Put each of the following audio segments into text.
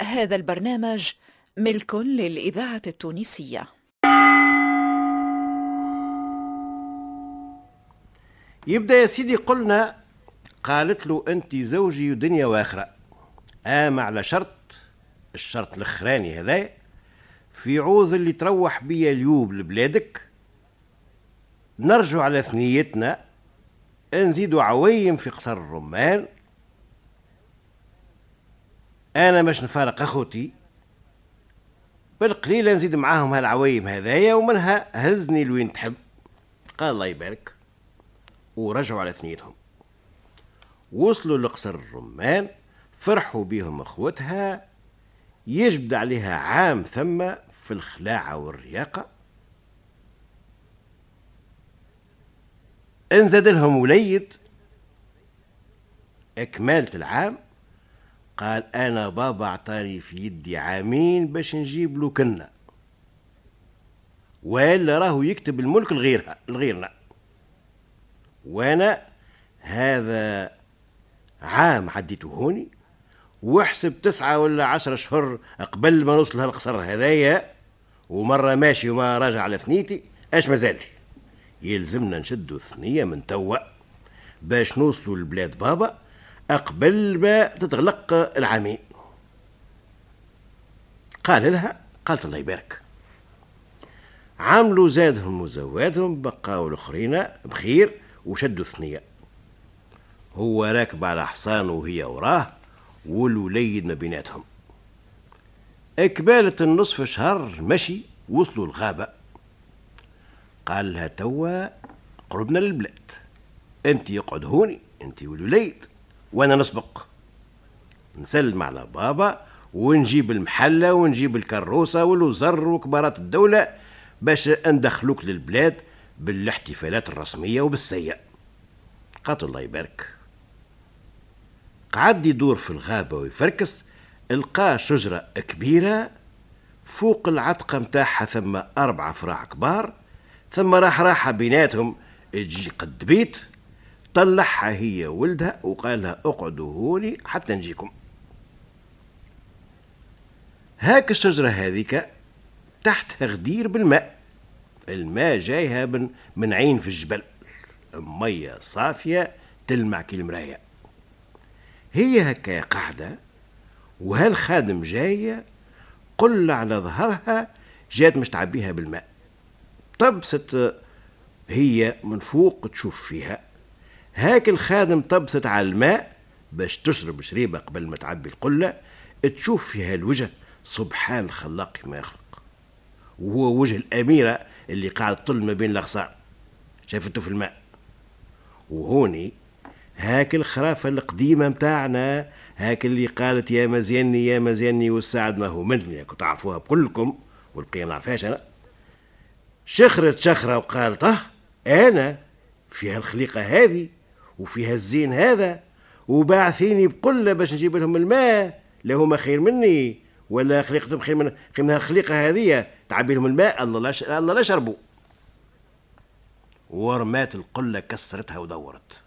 هذا البرنامج ملك للإذاعة التونسية. يبدأ يا سيدي قلنا قالت له أنت زوجي ودنيا وآخرة، على الشرط الأخراني هذا في عوض اللي تروح بيا اليوب لبلادك نرجع على ثنيتنا، نزيدوا عويم في قصر الرمان، أنا مش نفارق أخوتي بالقليلة نزيد معاهم هالعويم هذايا ومنها هزني لوين تحب. قال الله يبارك، ورجعوا على ثنيتهم، وصلوا لقصر الرمان، فرحوا بيهم اخوتها، يجبد عليها عام ثم في الخلاعة والرياقة. انزاد لهم وليد اكمالة العام، قال انا بابا اعطاني في يدي عامين باش نجيب له كنا، ولا راهو يكتب الملك لغيرنا، وانا هذا عام عديته هوني، واحسب 9 ولا 10 أشهر قبل ما نوصل هالقصر هذايا، ومرة ماشي وما راجع على ثنيتي، اش مازال يلزمنا نشدوا ثنية من توا باش نوصلوا لبلاد بابا قبل ما تتغلق العامين. قال لها، قالت الله يبارك. عملوا زادهم وزوادهم، بقاو الاخرين بخير وشدوا ثنية، هو راكب على حصانه وهي وراه، والوليد ما بيناتهم. اكبالة النصف شهر مشي، وصلوا الغابة. قال لها توا قربنا للبلاد، انت يقعد هوني انت والوليد، وانا نسبق نسلم على بابا ونجيب المحلة ونجيب الكروسة والوزر وكبارات الدولة باش ندخلوك للبلاد بالاحتفالات الرسمية وبالسيئة. قالت الله يبارك. قعد يدور في الغابة ويفركس، لقى شجرة كبيرة فوق العتقة متاعها ثم 4 فراع كبار، ثم راح بيناتهم تجي قد بيت، طلعها هي ولدها وقال لها اقعدوا هوني حتى نجيكم. هاك الشجرة هذيك تحتها غدير بالماء، الماء جايها من عين في الجبل، مية صافية تلمع كالمراية. هي هكا قاعدة وهالخادم جاية قل على ظهرها جات مش تعبيها بالماء، طبست هي من فوق تشوف فيها، هاك الخادم طبست على الماء باش تشرب شريبة قبل ما تعبي القلة، تشوف فيها الوجه سبحان الخلاق ما يخلق، وهو وجه الأميرة اللي قاعد طل ما بين الأغصان، شافته في الماء. وهوني هاك الخرافة القديمة متاعنا، هاك اللي قالت يا مزيني يا مزيني والسعد ما هو مني، كنت تعرفوها بكلكم والبقية ما نعرفهاش أنا. شخرت شخرة وقالت أنا في هالخليقة هذه وفي هالزين هذا، وباعثيني بقلة باش نجيب لهم الماء، لا هما خير مني ولا خليقتهم خير من هالخليقة هذه تعبي لهم الماء، الله لا شربوا. ورمات القلة كسرتها ودورت.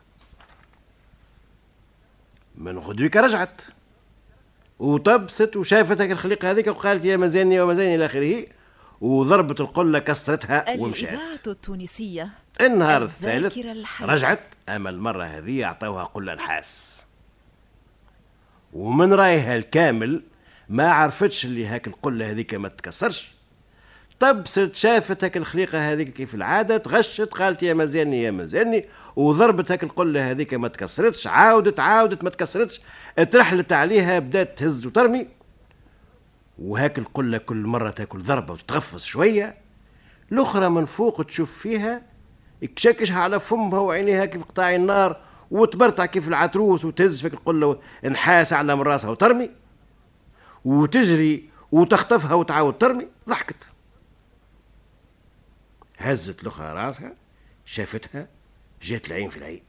من غدوك رجعت وطبست وشافت هيك الخليقة هذيك وقالت يا مزاني ومزاني إلى آخره، وضربت القلة كسرتها ومشات. الإذاعة التونسية. النهار الثالث رجعت، أما المرة هذه أعطوها قلة نحاس، ومن رايها الكامل ما عرفتش اللي هاك القلة هذيك ما تكسرش، طبست شافت هاك الخليقة هذيك كيف العادة، تغشت قالت يا مزاني يا مزاني، وضربت هاك القلة هذيك ما تكسرتش، عاودت ما تكسرتش، اترحلت عليها بدات تهز وترمي، وهاك القلة كل مرة تاكل ضربة وتتغفص شوية، الأخرى من فوق تشوف فيها يكشكشها على فمها وعينيها كيف قطاع النار، وتبرطع كيف العتروس وتهز فيك القلة نحاس أعلى من راسها وترمي، وتجري وتخطفها وتعاود ترمي. ضحكت، هزت الأخرى راسها شافتها، جات العين في العين،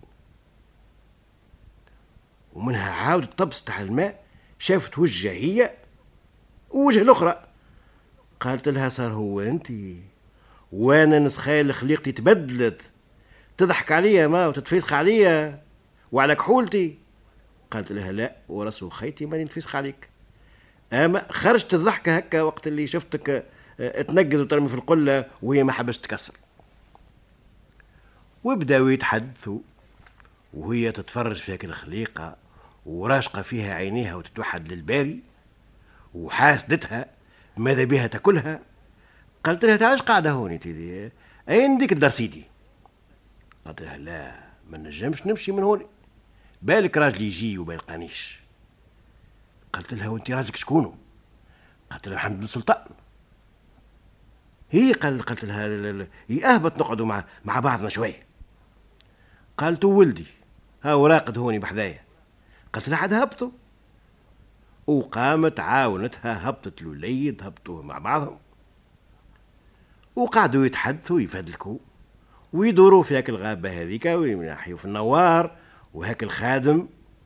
ومنها عاودت طبست على الماء، شافت وجهها هي ووجه الأخرى، قالت لها صار هو أنتي وانا نسخيل خليقتي تبدلت، تضحك عليا ما وتتفيسخ عليا وعلى كحولتي؟ قالت لها لا ورسو خيتي ماني نتفيسخ عليك، اما خرجت الضحكه هكا وقت اللي شفتك تنقز وترمي في القله وهي ما حبش تكسر. وبداو يتحدثوا وهي تتفرج في هيك الخليقه وراشقه فيها عينيها وتتوحد للباري وحاسدتها ماذا بها تاكلها. قالت لها تعالش قاعده هوني تيدي، اين ديك الدار سيدي؟ قالت لها لا ما نجمش نمشي من هوني، بالك راجلي يجي وما يلقانيش. قالت لها وانت راجلك شكونه؟ قالت لها محمد بن سلطان. هي قالت لها لا هي اهبط نقعدوا مع بعضنا شويه. قالت ولدي ها وراقد هوني بحذايا. قالت لها عاد هبطوا، وقامت عاونتها هبطت الوليد، هبطوا مع بعضهم وقعدوا يتحدثوا يفدلكوا ويدوروا في هاك الغابه هذيك وينحيوا في النوار. وهاك الخادم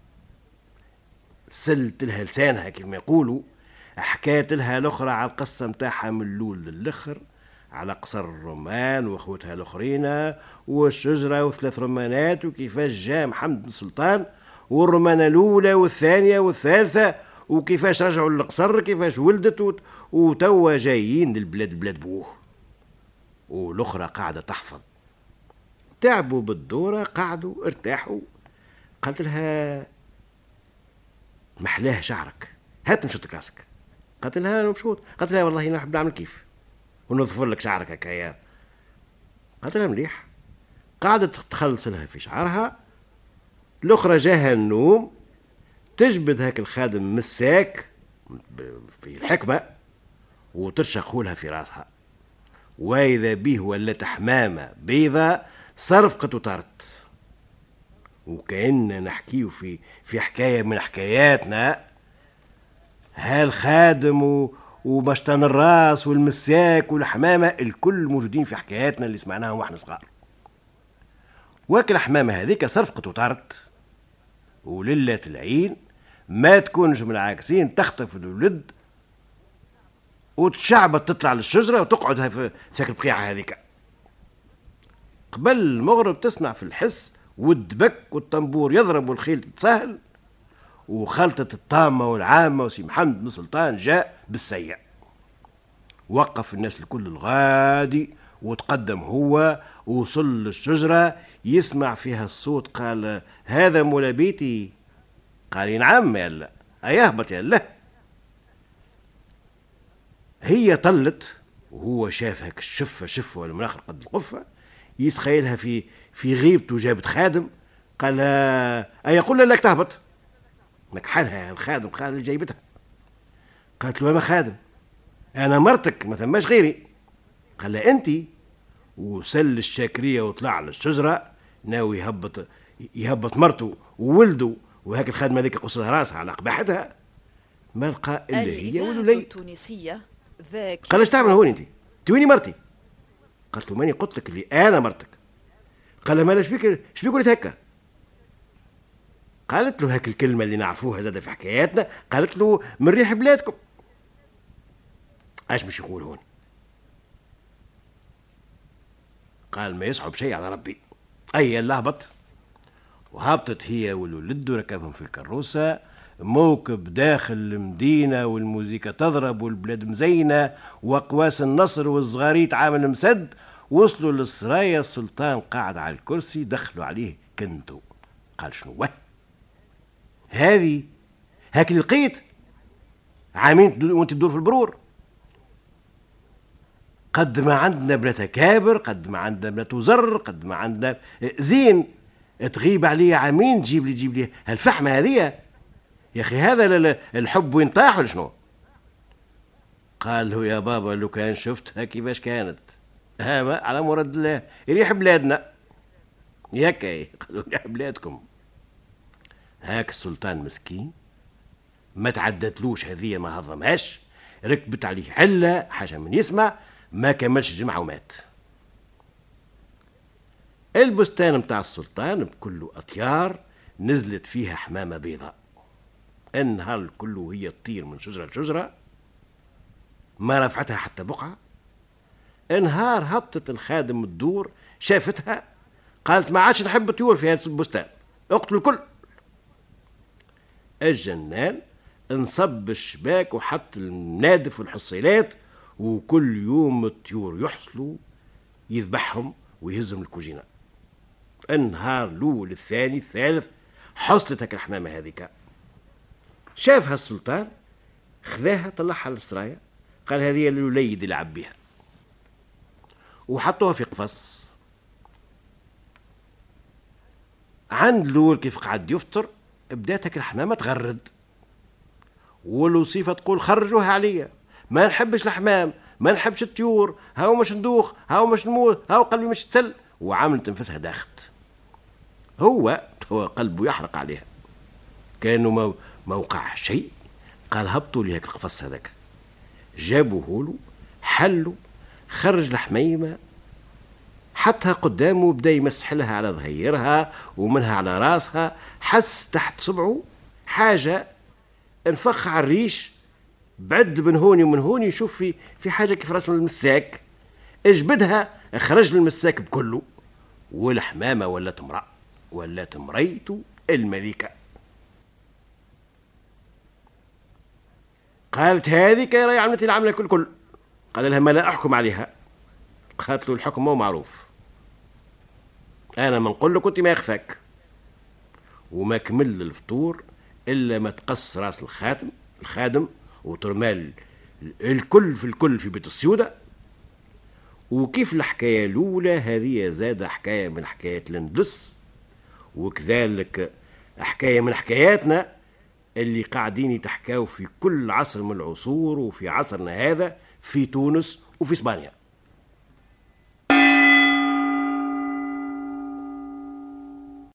سلت لها لسانها كما يقولوا، حكات لها الاخرى على القصه نتاعها من الاول للاخر، على قصر الرمان واخوتها الاخرين والشجره وثلاث رمانات وكيفاش جاء محمد بن سلطان والرمانه الاولى والثانيه والثالثه وكيفاش رجعوا للقصر كيفاش ولدت وتوا جايين للبلاد بلاد بوه. والاخرى قاعده تحفظ. تعبوا بالدوره قعدوا ارتاحوا. قالت لها محلاه شعرك هات مشط راسك. قالت لها انا مبسوط. قالت لها والله انا نحب نعمل كيف ونظفر لك شعرك هكايا. قالت لها مليح. قعدت تخلص لها في شعرها. الاخرى جاها النوم تجبد هاك الخادم مساك في الحكمه وترشق لها في راسها، واذا به ولت حمامه بيضة صرفقت وطارت. وكأننا نحكيه في حكايه من حكاياتنا، هالخادم ومشطان الراس والمساك والحمامه الكل موجودين في حكاياتنا اللي سمعناهم واحنا صغار. واكل الحمامه هذيك صرفقت وطارت، وللة العين ما تكونش من العاكسين تخطف الولد وتشعبط تطلع للشجره وتقعد في ذاك البقيعه هذيك. قبل المغرب تسمع في الحس والدبك والطنبور يضرب والخيل تتسهل، وخلطة الطامة والعامة وسي محمد بن سلطان جاء بالسيع. وقف الناس الكل الغادي وتقدم هو ووصل للشجرة يسمع فيها الصوت. قال هذا مولا بيتي؟ قال نعم يلا أيهبط يلا. هي طلت وهو شاف هيك الشفة شفة والمناخر قد القفة يسخيلها في غيبته جابت خادم. قال أيقول لك تهبط؟ نكحلها الخادم قال اللي جايبتها. قالت له ما خادم انا مرتك ما ثماش غيري. قال لها انت. وسل الشاكريه وطلع للشجره ناوي يهبط مرته وولده. وهيك الخادمه هذيك قص لها راسها على قباحتها ما لقى الا هي والوليد. التونسيه ذاك. قال ايش تعمل هون انت ويني مرتي؟ قالت له ماني قلت لك اللي انا مرتك. قال لها مالا شبيك وليت هكا؟ قالت له هاك الكلمة اللي نعرفوها زادة في حكاياتنا. قالت له من ريح بلادكم. ايش مش يقول هون؟ قال ما يصعب شيء على ربي. اي يلا هبط. وهبطت هي والولد وركبهم في الكروسة موكب داخل المدينة والموزيكا تضرب والبلاد مزينة وقواس النصر والصغاريت عامل مسد. وصلوا للسرايا السلطان قاعد على الكرسي دخلوا عليه كنتو. قال شنو وه هذه هاك اللي لقيت عامين وانت تدور في البرور. قد ما عندنا بنات كابر قد ما عندنا بنات وزر قد ما عندنا زين تغيب علي عامين تجيب لي هالفحمه هذه يا اخي. هذا الحب وين طاح ولا شنو؟ قال له يا بابا لو كان شفتها كيفاش كانت ها على مراد الله يريح بلادنا ياك. قالوا يريح بلادكم. هاك السلطان مسكين ما تعدتلوش هذه ما هضمهاش، ركبت عليه علة حاجة من يسمع ما كملش جمعة ومات. البستان متاع السلطان بكله أطيار نزلت فيها حمامة بيضاء. النهار كله وهي تطير من شجرة لشجرة ما رفعتها حتى بقعة. نهار هبطت الخادم الدور شافتها قالت ما عادش نحب طيور في هذا البستان اقتلوا الكل. الجنان انصب الشباك وحط المنادف والحصيلات، وكل يوم الطيور يحصلوا يذبحهم ويهزهم الكوجينة. النهار الأول الثاني الثالث حصلت هك الحمامة هذيك. شافها السلطان، خذاها طلعها للسرايا، قال هذه الوليد يلعب بها، وحطوها في قفص. عند الأول كيف قعد يفطر بدات هك الحمامة تغرد، والوصيفة تقول خرجوها عليا، ما نحبش الحمام، ما نحبش الطيور، هاو مش ندوخ، هاو مش نموت، هاو قلبي مش تسل، وعملت نفسها داخت. هو قلبه يحرق عليها، كانوا ما وقع شيء. قال هبطوا لي هيك القفص هذاك، جابوه له، حلوا، خرج الحميمة، حطها قدامه، بدا يمسح لها على ظهيرها ومنها على راسها، حس تحت صبعه حاجة، انفخ على الريش، بعد من هوني ومن هوني يشوف في حاجة كيف راس المساك، اجبدها، خرج المساك بكله، والحمامة ولات مريته الملكة. قالت هذيك راهي عملتي العملة الكل. قال لها ما لا أحكم عليها. قالت له الحكم مو معروف، أنا ما نقول لك وأنت ما يخفاك. وما كمل الفطور إلا ما تقص راس الخادم وترمال الكل في بيت السيودة. وكيف الحكاية الأولى هذه زاد حكاية من حكايات الأندلس، وكذلك حكاية من حكاياتنا اللي قاعدين يتحكاو في كل عصر من العصور، وفي عصرنا هذا في تونس وفي إسبانيا.